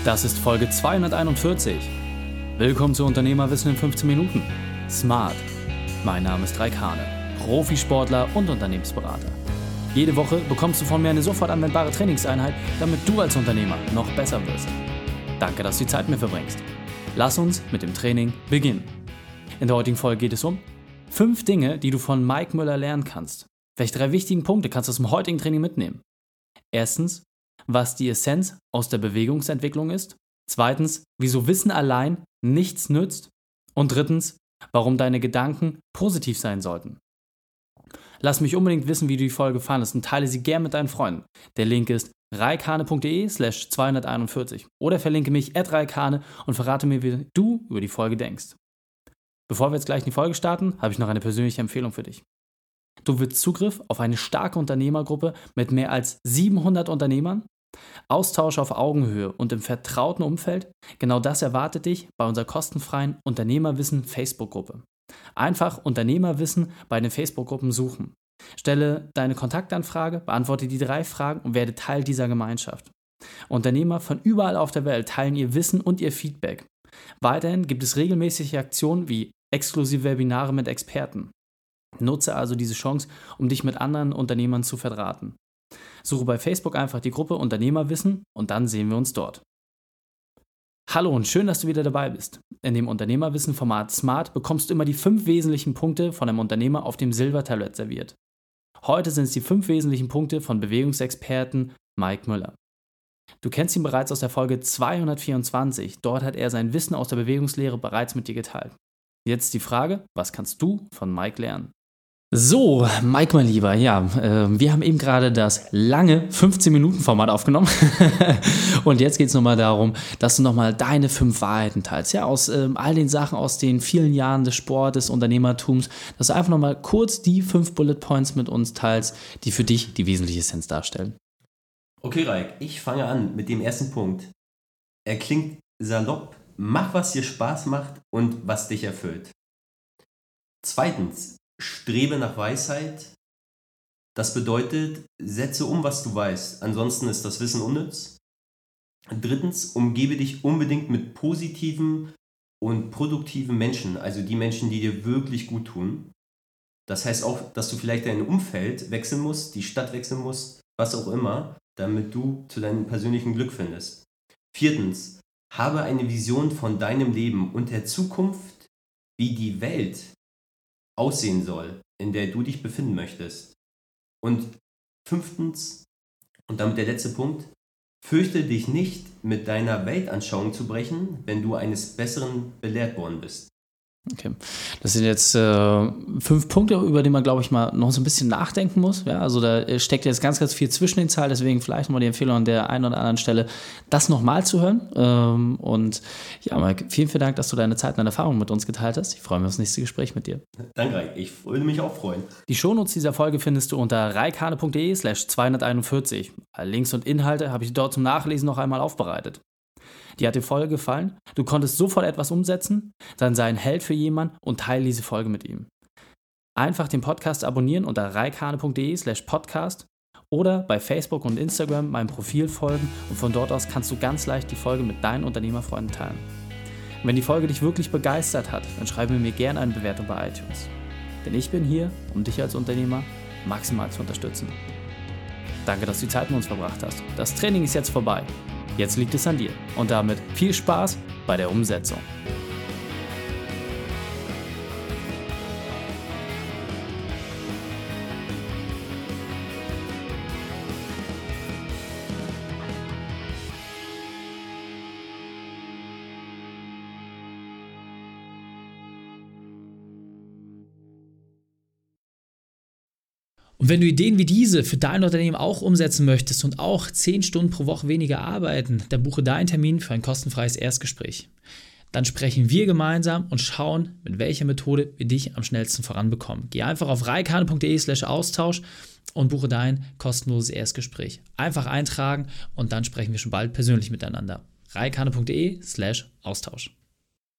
Das ist Folge 241. Willkommen zu Unternehmerwissen in 15 Minuten. Smart. Mein Name ist Raik Hane, Profisportler und Unternehmensberater. Jede Woche bekommst du von mir eine sofort anwendbare Trainingseinheit, damit du als Unternehmer noch besser wirst. Danke, dass du die Zeit mit mir verbringst. Lass uns mit dem Training beginnen. In der heutigen Folge geht es um 5 Dinge, die du von Mike Müller lernen kannst. Welche 3 wichtigen Punkte kannst du aus dem heutigen Training mitnehmen? Erstens, was die Essenz aus der Bewegungsentwicklung ist. Zweitens, wieso Wissen allein nichts nützt. Und drittens, warum deine Gedanken positiv sein sollten. Lass mich unbedingt wissen, wie dir die Folge gefallen ist und teile sie gern mit deinen Freunden. Der Link ist reikhane.de/241 oder verlinke mich @reikhane und verrate mir, wie du über die Folge denkst. Bevor wir jetzt gleich in die Folge starten, habe ich noch eine persönliche Empfehlung für dich. Du willst Zugriff auf eine starke Unternehmergruppe mit mehr als 700 Unternehmern? Austausch auf Augenhöhe und im vertrauten Umfeld? Genau das erwartet dich bei unserer kostenfreien Unternehmerwissen Facebook-Gruppe. Einfach Unternehmerwissen bei den Facebook-Gruppen suchen. Stelle deine Kontaktanfrage, beantworte die 3 Fragen und werde Teil dieser Gemeinschaft. Unternehmer von überall auf der Welt teilen ihr Wissen und ihr Feedback. Weiterhin gibt es regelmäßige Aktionen wie exklusive Webinare mit Experten. Nutze also diese Chance, um dich mit anderen Unternehmern zu verdrahten. Suche bei Facebook einfach die Gruppe Unternehmerwissen und dann sehen wir uns dort. Hallo und schön, dass du wieder dabei bist. In dem Unternehmerwissen-Format Smart bekommst du immer die 5 wesentlichen Punkte von einem Unternehmer auf dem Silbertablett serviert. Heute sind es die 5 wesentlichen Punkte von Bewegungsexperten Mike Müller. Du kennst ihn bereits aus der Folge 224. Dort hat er sein Wissen aus der Bewegungslehre bereits mit dir geteilt. Jetzt die Frage, was kannst du von Mike lernen? So, Mike, mein Lieber, wir haben eben gerade das lange 15-Minuten-Format aufgenommen und jetzt geht es nochmal darum, dass du nochmal deine 5 Wahrheiten teilst, aus all den Sachen aus den vielen Jahren des Sportes, Unternehmertums, dass du einfach nochmal kurz die 5 Bullet Points mit uns teilst, die für dich die wesentliche Essenz darstellen. Okay, Raik, ich fange an mit dem ersten Punkt. Er klingt salopp, mach, was dir Spaß macht und was dich erfüllt. Zweitens, strebe nach Weisheit. Das bedeutet, setze um, was du weißt, ansonsten ist das Wissen unnütz. Drittens, umgebe dich unbedingt mit positiven und produktiven Menschen, also die Menschen, die dir wirklich gut tun. Das heißt auch, dass du vielleicht dein Umfeld wechseln musst, die Stadt wechseln musst, was auch immer, damit du zu deinem persönlichen Glück findest. Viertens, habe eine Vision von deinem Leben und der Zukunft, wie die Welt aussehen soll, in der du dich befinden möchtest. Und 5. und damit der letzte Punkt, fürchte dich nicht, mit deiner Weltanschauung zu brechen, wenn du eines Besseren belehrt worden bist. Okay, das sind jetzt 5 Punkte, über die man, glaube ich, mal noch so ein bisschen nachdenken muss. Ja, also da steckt jetzt ganz, ganz viel zwischen den Zeilen, deswegen vielleicht nochmal die Empfehlung an der einen oder anderen Stelle, das nochmal zu hören. Und ja, Mike, vielen, vielen Dank, dass du deine Zeit und deine Erfahrungen mit uns geteilt hast. Ich freue mich auf das nächste Gespräch mit dir. Danke, Raik. Ich würde mich auch freuen. Die Shownotes dieser Folge findest du unter reikhane.de/241. Alle Links und Inhalte habe ich dort zum Nachlesen noch einmal aufbereitet. Dir hat die Folge gefallen? Du konntest sofort etwas umsetzen? Dann sei ein Held für jemanden und teile diese Folge mit ihm. Einfach den Podcast abonnieren unter reikhane.de/podcast oder bei Facebook und Instagram meinem Profil folgen und von dort aus kannst du ganz leicht die Folge mit deinen Unternehmerfreunden teilen. Und wenn die Folge dich wirklich begeistert hat, dann schreibe mir gerne eine Bewertung bei iTunes. Denn ich bin hier, um dich als Unternehmer maximal zu unterstützen. Danke, dass du die Zeit mit uns verbracht hast. Das Training ist jetzt vorbei. Jetzt liegt es an dir und damit viel Spaß bei der Umsetzung. Und wenn du Ideen wie diese für dein Unternehmen auch umsetzen möchtest und auch 10 Stunden pro Woche weniger arbeiten, dann buche deinen Termin für ein kostenfreies Erstgespräch. Dann sprechen wir gemeinsam und schauen, mit welcher Methode wir dich am schnellsten voranbekommen. Geh einfach auf reikhane.de/Austausch und buche dein kostenloses Erstgespräch. Einfach eintragen und dann sprechen wir schon bald persönlich miteinander. reikhane.de/Austausch.